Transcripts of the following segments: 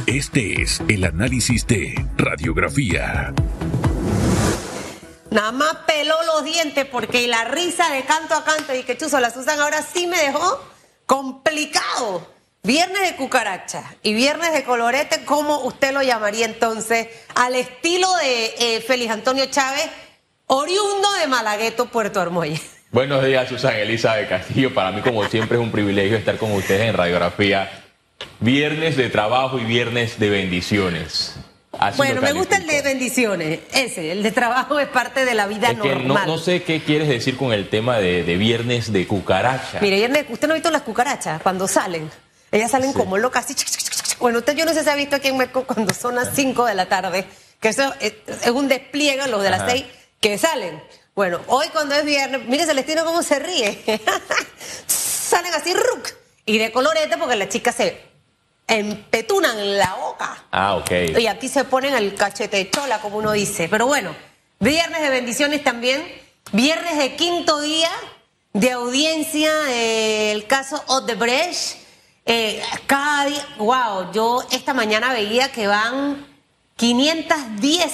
Este es el análisis de Radiografía. Nada más peló los dientes porque la risa de canto a canto y que chuzo la Susan ahora sí me dejó complicado. Viernes de cucaracha y viernes de colorete, ¿cómo usted lo llamaría entonces? Al estilo de Félix Antonio Chávez, oriundo de Malagueto, Puerto Armuelle. Buenos días, Susan Elizabeth Castillo. Para mí, como siempre, es un privilegio estar con ustedes en Radiografía. Viernes de trabajo y viernes de bendiciones. Así bueno, me gusta el de bendiciones. Ese, el de trabajo es parte de la vida normal. No sé qué quieres decir con el tema de viernes de cucaracha. Mire, ¿usted no ha visto las cucarachas cuando salen? Ellas salen como locas, así. Bueno, usted yo no sé si ha visto aquí en México cuando son las 5 de la tarde, que eso es un despliegue, los de las 6, que salen. Bueno, hoy cuando es viernes, mire Celestino cómo se ríe. Salen así, ruc, y de colorete porque las chicas se empetunan en la boca. Ah, ok. Y aquí se ponen el cachete de chola, como uno dice. Pero bueno, viernes de bendiciones también, viernes de quinto día de audiencia del caso Odebrecht. Cada día, wow, yo esta mañana veía que van 510.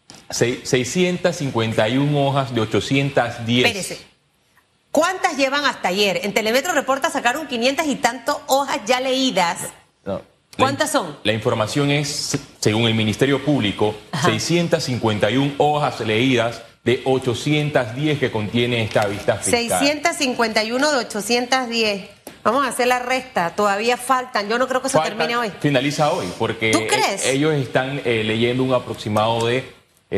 651 hojas de 810. Espérese. ¿Cuántas llevan hasta ayer? En Telemetro Reporta sacaron 500 y tanto hojas ya leídas. No. ¿Cuántas son? La información es, según el Ministerio Público, 651 hojas leídas de 810 que contiene esta vista fiscal. 651 de 810. Vamos a hacer la resta, todavía faltan, yo no creo que eso termine hoy. Finaliza hoy, porque ¿tú crees? Ellos están leyendo un aproximado de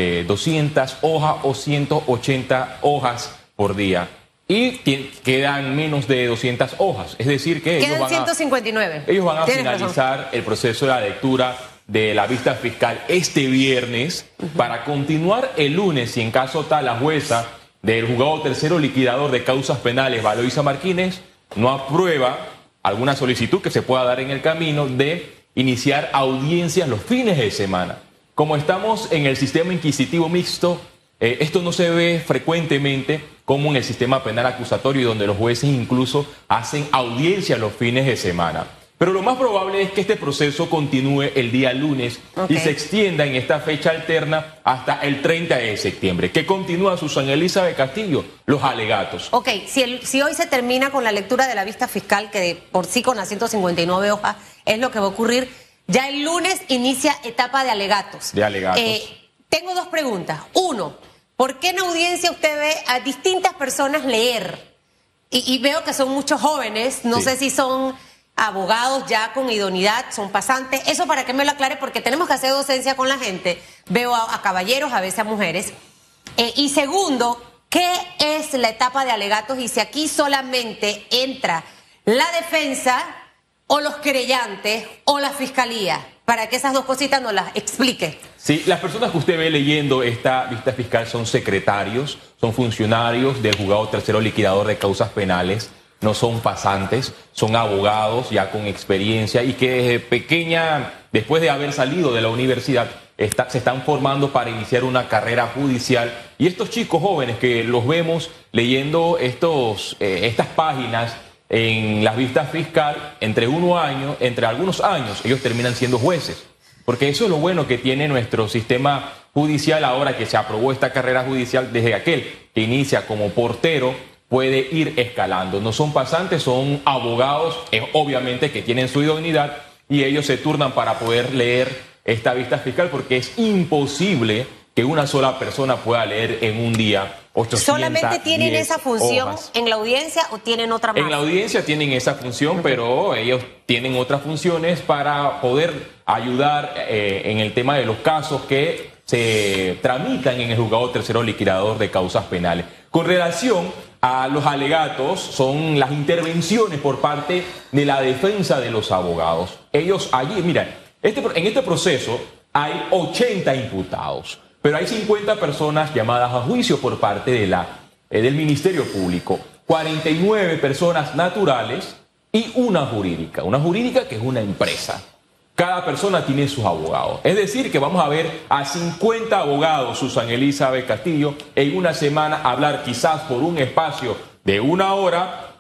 200 hojas o 180 hojas por día. Y quedan menos de 200 hojas, es decir que quedan 159. Ellos van a finalizar el proceso de la lectura de la vista fiscal este viernes para continuar el lunes, si en caso tal la jueza del juzgado tercero liquidador de causas penales, Valoisa Martínez, no aprueba alguna solicitud que se pueda dar en el camino de iniciar audiencias los fines de semana. Como estamos en el sistema inquisitivo mixto, esto no se ve frecuentemente como en el sistema penal acusatorio, donde los jueces incluso hacen audiencias los fines de semana. Pero lo más probable es que este proceso continúe el día lunes y se extienda en esta fecha alterna hasta el 30 de septiembre. ¿Qué continúa, Susan Elizabeth Castillo? Los alegatos. Ok, si hoy se termina con la lectura de la vista fiscal, que de por sí con las 159 hojas es lo que va a ocurrir, ya el lunes inicia etapa de alegatos. Tengo dos preguntas. Uno, ¿por qué en audiencia usted ve a distintas personas leer? Y veo que son muchos jóvenes, no sé si son abogados ya con idoneidad, son pasantes. Eso para que me lo aclare, porque tenemos que hacer docencia con la gente. Veo a caballeros, a veces a mujeres. Y segundo, ¿qué es la etapa de alegatos? Y si aquí solamente entra la defensa o los querellantes o la fiscalía, para que esas dos cositas nos las explique. Sí, las personas que usted ve leyendo esta vista fiscal son secretarios, son funcionarios del juzgado tercero liquidador de causas penales, no son pasantes, son abogados ya con experiencia y que desde pequeña, después de haber salido de la universidad, se están formando para iniciar una carrera judicial. Y estos chicos jóvenes que los vemos leyendo estas páginas en las vistas fiscal, entre algunos años, ellos terminan siendo jueces. Porque eso es lo bueno que tiene nuestro sistema judicial ahora que se aprobó esta carrera judicial. Desde aquel que inicia como portero puede ir escalando. No son pasantes, son abogados, obviamente que tienen su idoneidad y ellos se turnan para poder leer esta vista fiscal porque es imposible que una sola persona pueda leer en un día 810 ¿Solamente tienen esa función hojas. En la audiencia o tienen otra más? En la audiencia tienen esa función, pero ellos tienen otras funciones para poder ayudar en el tema de los casos que se tramitan en el juzgado tercero liquidador de causas penales. Con relación a los alegatos, son las intervenciones por parte de la defensa de los abogados. Ellos allí, mira, en este proceso hay 80 imputados. Pero hay 50 personas llamadas a juicio por parte del Ministerio Público, 49 personas naturales y una jurídica que es una empresa. Cada persona tiene sus abogados. Es decir, que vamos a ver a 50 abogados, Susan Elizabeth Castillo, en una semana hablar quizás por un espacio de 1 hora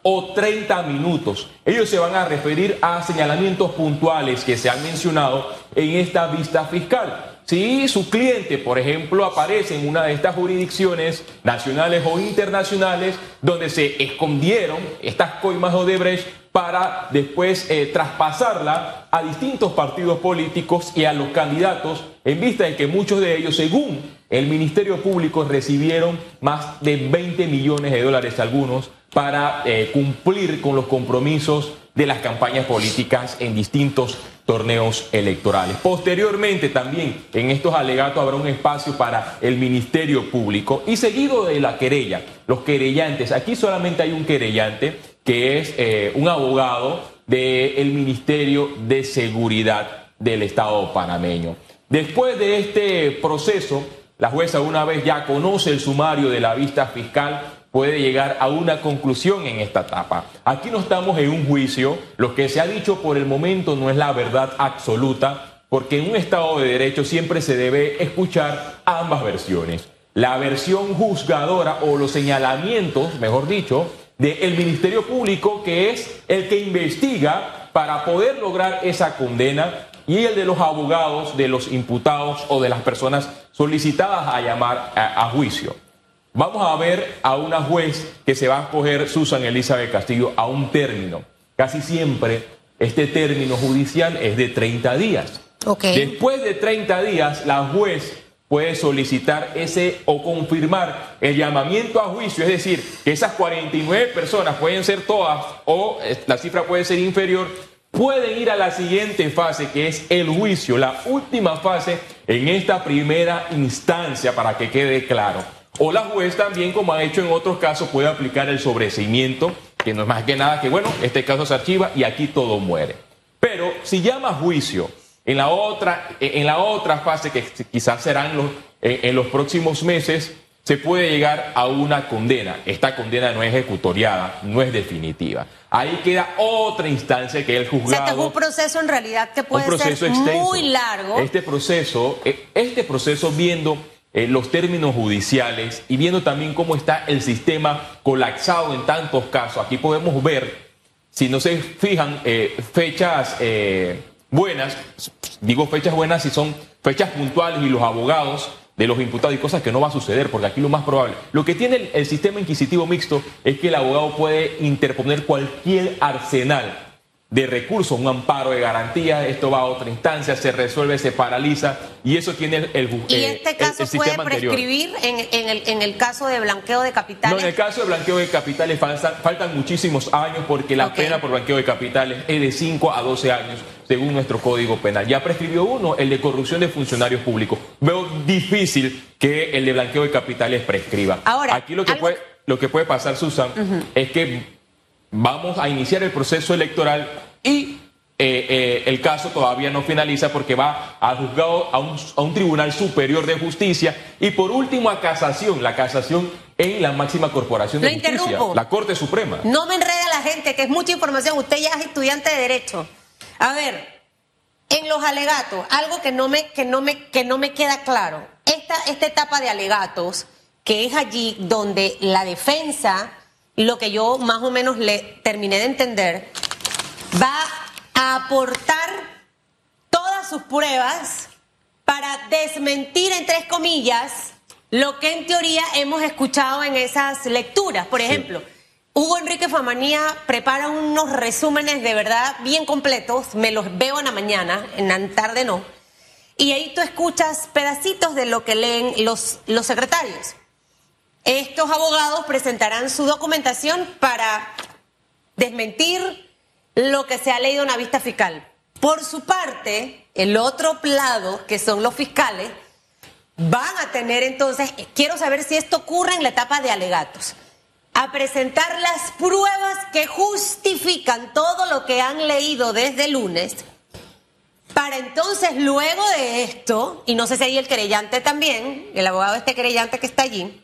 o 30 minutos. Ellos se van a referir a señalamientos puntuales que se han mencionado en esta vista fiscal. Si su cliente, por ejemplo, aparece en una de estas jurisdicciones nacionales o internacionales donde se escondieron estas coimas Odebrecht para después traspasarla a distintos partidos políticos y a los candidatos, en vista de que muchos de ellos, según el Ministerio Público, recibieron más de 20 millones de dólares algunos para cumplir con los compromisos de las campañas políticas en distintos torneos electorales. Posteriormente también en estos alegatos habrá un espacio para el Ministerio Público y seguido de la querella, los querellantes. Aquí solamente hay un querellante que es un abogado del Ministerio de Seguridad del Estado panameño. Después de este proceso, la jueza, una vez ya conoce el sumario de la vista fiscal, puede llegar a una conclusión en esta etapa. Aquí no estamos en un juicio, lo que se ha dicho por el momento no es la verdad absoluta, porque en un Estado de Derecho siempre se debe escuchar ambas versiones. La versión juzgadora o los señalamientos, mejor dicho, del Ministerio Público, que es el que investiga para poder lograr esa condena, y el de los abogados de los imputados o de las personas solicitadas a llamar a juicio. Vamos a ver a una juez que se va a escoger, Susan Elizabeth Castillo, a un término. Casi siempre este término judicial es de 30 días. Okay. Después de 30 días, la juez puede solicitar ese o confirmar el llamamiento a juicio, es decir, que esas 49 personas pueden ser todas o la cifra puede ser inferior, pueden ir a la siguiente fase, que es el juicio, la última fase en esta primera instancia, para que quede claro. O la juez también, como ha hecho en otros casos, puede aplicar el sobreseimiento, que no es más que nada que, bueno, este caso se archiva y aquí todo muere. Pero si llama a juicio en la otra fase, que quizás serán en los próximos meses, se puede llegar a una condena. Esta condena no es ejecutoriada, no es definitiva. Ahí queda otra instancia, que es el juzgado. O sea, este es un proceso en realidad que puede ser extenso, muy largo. Este proceso viendo los términos judiciales y viendo también cómo está el sistema colapsado en tantos casos. Aquí podemos ver, si no se fijan, fechas buenas, digo fechas buenas si son fechas puntuales y los abogados de los imputados y cosas que no va a suceder, porque aquí lo más probable. Lo que tiene el sistema inquisitivo mixto es que el abogado puede interponer cualquier arsenal de recursos, un amparo de garantía, esto va a otra instancia, se resuelve, se paraliza, y eso tiene ¿Y este caso puede prescribir en el caso de blanqueo de capitales? No, en el caso de blanqueo de capitales faltan muchísimos años, porque la pena por blanqueo de capitales es de 5 a 12 años, según nuestro Código Penal. Ya prescribió uno, el de corrupción de funcionarios públicos. Veo difícil que el de blanqueo de capitales prescriba. Ahora, aquí lo que puede pasar, Susan, es que vamos a iniciar el proceso electoral y el caso todavía no finaliza, porque va al juzgado, a un tribunal superior de justicia, y por último a casación, la casación en la máxima corporación de justicia, la Corte Suprema. No me enrede a la gente, que es mucha información. Usted ya es estudiante de Derecho. A ver, en los alegatos, algo que no me queda claro. Esta etapa de alegatos, que es allí donde la defensa, lo que yo más o menos le terminé de entender, va a aportar todas sus pruebas para desmentir, entre comillas, lo que en teoría hemos escuchado en esas lecturas. Por ejemplo, Hugo Enrique Famanía prepara unos resúmenes de verdad bien completos, me los veo en la mañana, en la tarde no, y ahí tú escuchas pedacitos de lo que leen los secretarios. Estos abogados presentarán su documentación para desmentir lo que se ha leído en la vista fiscal. Por su parte, el otro lado, que son los fiscales, van a tener entonces, quiero saber si esto ocurre en la etapa de alegatos, a presentar las pruebas que justifican todo lo que han leído desde el lunes, para entonces luego de esto, y no sé si hay el querellante también, el abogado de este querellante que está allí,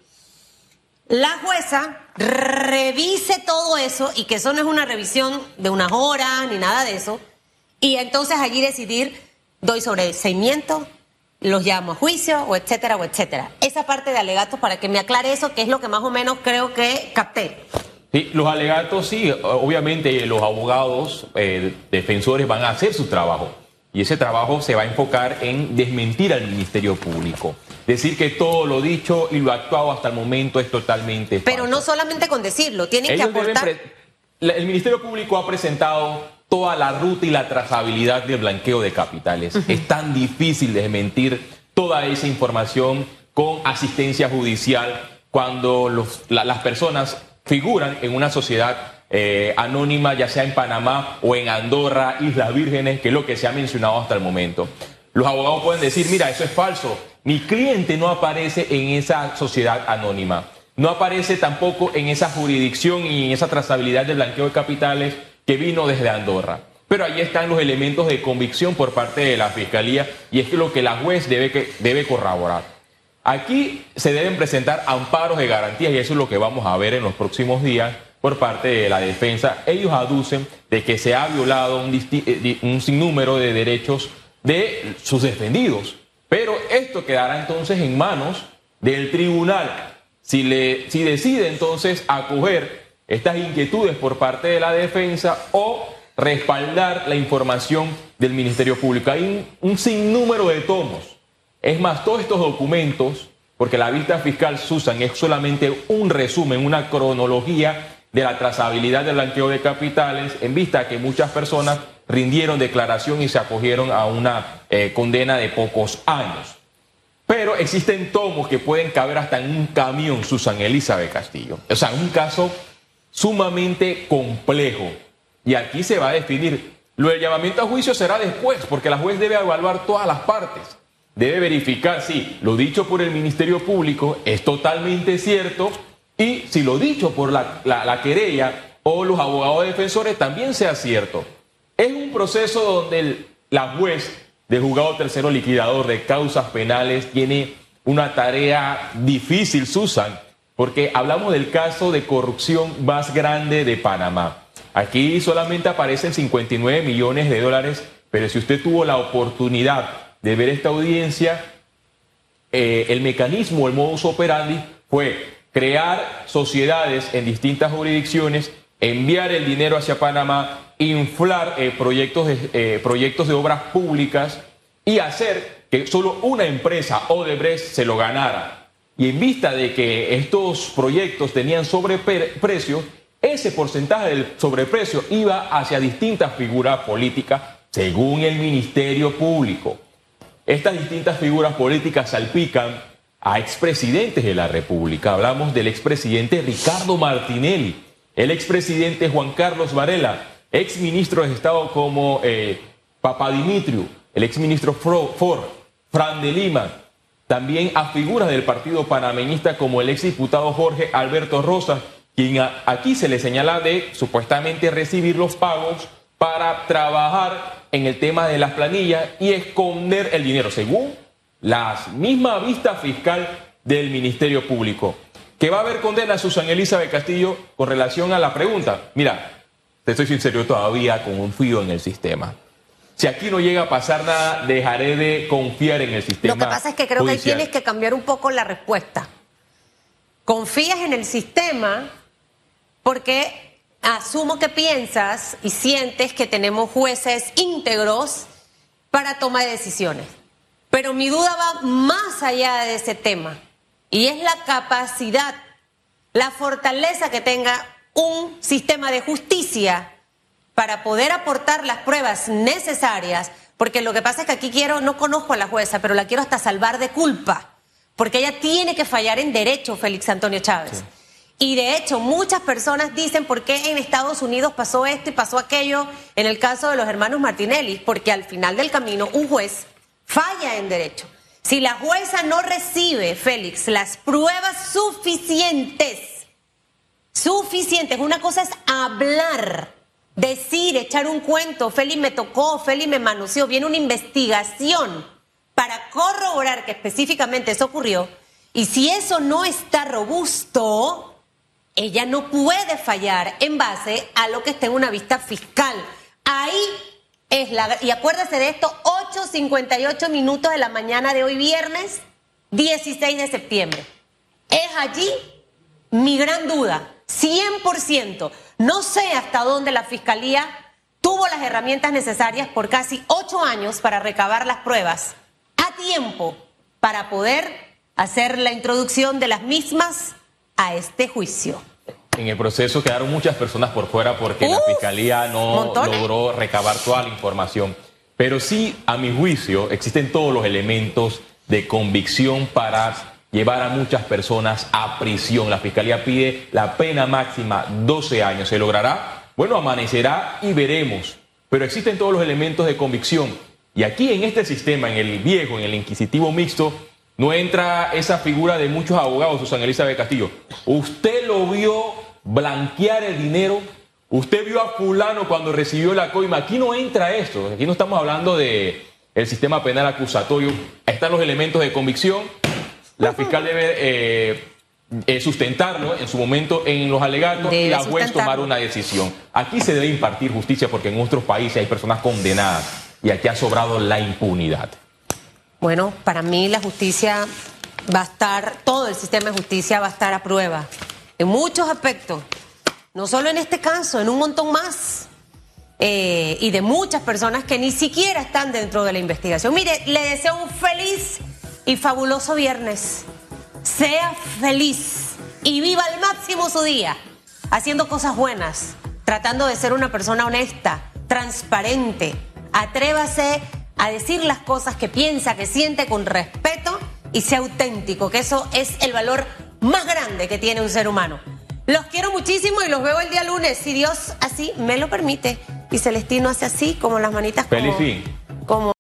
la jueza revise todo eso, y que eso no es una revisión de unas horas ni nada de eso, y entonces allí decidir, doy sobreseimiento, los llamo a juicio, o etcétera, o etcétera. Esa parte de alegatos, para que me aclare eso, que es lo que más o menos creo que capté. Sí, los alegatos sí, obviamente los abogados defensores van a hacer su trabajo y ese trabajo se va a enfocar en desmentir al Ministerio Público. Decir que todo lo dicho y lo actuado hasta el momento es totalmente Pero falso. no solamente con decirlo, tienen que aportar... El Ministerio Público ha presentado toda la ruta y la trazabilidad del blanqueo de capitales. Es tan difícil desmentir toda esa información con asistencia judicial cuando las personas figuran en una sociedad anónima, ya sea en Panamá o en Andorra, Islas Vírgenes, que es lo que se ha mencionado hasta el momento. Los abogados pueden decir, mira, eso es falso. Mi cliente no aparece en esa sociedad anónima. No aparece tampoco en esa jurisdicción y en esa trazabilidad del blanqueo de capitales que vino desde Andorra. Pero ahí están los elementos de convicción por parte de la Fiscalía y es que lo que la juez debe corroborar. Aquí se deben presentar amparos de garantías y eso es lo que vamos a ver en los próximos días por parte de la defensa. Ellos aducen de que se ha violado un sinnúmero de derechos de sus defendidos. Pero esto quedará entonces en manos del tribunal. Si decide entonces acoger estas inquietudes por parte de la defensa o respaldar la información del Ministerio Público. Hay un sinnúmero de tomos. Es más, todos estos documentos, porque la vista fiscal, Susan, es solamente un resumen, una cronología de la trazabilidad del blanqueo de capitales, en vista que muchas personas rindieron declaración y se acogieron a una condena de pocos años. Pero existen tomos que pueden caber hasta en un camión, Susan Elizabeth Castillo. O sea, un caso sumamente complejo. Y aquí se va a definir. Lo del llamamiento a juicio será después, porque la juez debe evaluar todas las partes. Debe verificar si lo dicho por el Ministerio Público es totalmente cierto y si lo dicho por la querella o los abogados defensores también sea cierto. Es un proceso donde la juez del juzgado tercero liquidador de causas penales tiene una tarea difícil, Susan, porque hablamos del caso de corrupción más grande de Panamá. Aquí solamente aparecen 59 millones de dólares, pero si usted tuvo la oportunidad de ver esta audiencia, el mecanismo, el modus operandi fue crear sociedades en distintas jurisdicciones, enviar el dinero hacia Panamá, inflar proyectos de obras públicas y hacer que solo una empresa, Odebrecht, se lo ganara. Y en vista de que estos proyectos tenían sobreprecio, ese porcentaje del sobreprecio iba hacia distintas figuras políticas según el Ministerio Público. Estas distintas figuras políticas salpican a expresidentes de la República. Hablamos del expresidente Ricardo Martinelli, el expresidente Juan Carlos Varela, exministros de Estado como Papadimitriou, el exministro Ford, Fran de Lima, también a figuras del partido panameñista como el exdiputado Jorge Alberto Rosas, quien aquí se le señala de supuestamente recibir los pagos para trabajar en el tema de las planillas y esconder el dinero, según la misma vista fiscal del Ministerio Público. ¿Que va a haber condena, Susan Elizabeth Castillo, con relación a la pregunta? Mira, te soy sincero, yo todavía confío en el sistema. Si aquí no llega a pasar nada, dejaré de confiar en el sistema. Lo que pasa es que creo judicial. que tienes que cambiar un poco la respuesta. Confías en el sistema porque asumo que piensas y sientes que tenemos jueces íntegros para toma de decisiones. Pero mi duda va más allá de ese tema y es la capacidad, la fortaleza que tenga un sistema de justicia para poder aportar las pruebas necesarias, porque lo que pasa es que aquí no conozco a la jueza, pero la quiero hasta salvar de culpa, porque ella tiene que fallar en derecho, Félix Antonio Chávez. Sí. Y de hecho, muchas personas dicen por qué en Estados Unidos pasó esto y pasó aquello en el caso de los hermanos Martinelli, porque al final del camino un juez falla en derecho. Si la jueza no recibe, Félix, las pruebas suficientes, una cosa es hablar, decir, echar un cuento, Félix me tocó, Félix me manoseó, viene una investigación para corroborar que específicamente eso ocurrió, y si eso no está robusto, ella no puede fallar en base a lo que está en una vista fiscal. Ahí es y acuérdese de esto, 8:58 minutos de la mañana de hoy viernes 16 de septiembre. Es allí mi gran duda. 100%. No sé hasta dónde la Fiscalía tuvo las herramientas necesarias por casi 8 años para recabar las pruebas a tiempo para poder hacer la introducción de las mismas a este juicio. En el proceso quedaron muchas personas por fuera porque la Fiscalía no logró recabar toda la información. Pero sí, a mi juicio, existen todos los elementos de convicción para llevar a muchas personas a prisión. La Fiscalía pide la pena máxima 12 años. ¿Se logrará? Bueno, amanecerá y veremos. Pero existen todos los elementos de convicción. Y aquí en este sistema, en el viejo, en el inquisitivo mixto, no entra esa figura de muchos abogados, Susana Elizabeth Castillo. Usted lo vio blanquear el dinero. Usted vio a fulano cuando recibió la coima. Aquí no entra esto. Aquí no estamos hablando de el sistema penal acusatorio. Están los elementos de convicción. La fiscal debe sustentarlo en su momento en los alegatos y la juez tomar una decisión. Aquí se debe impartir justicia porque en otros países hay personas condenadas y aquí ha sobrado la impunidad. Bueno, para mí la justicia va a estar, todo el sistema de justicia va a estar a prueba en muchos aspectos. No solo en este caso, en un montón más. Y de muchas personas que ni siquiera están dentro de la investigación. Mire, le deseo un feliz y fabuloso viernes. Sea feliz y viva al máximo su día, haciendo cosas buenas, tratando de ser una persona honesta, transparente. Atrévase a decir las cosas que piensa, que siente con respeto y sea auténtico, que eso es el valor más grande que tiene un ser humano. Los quiero muchísimo y los veo el día lunes, si Dios así me lo permite. Y Celestino hace así, como las manitas como... Feliz fin. Como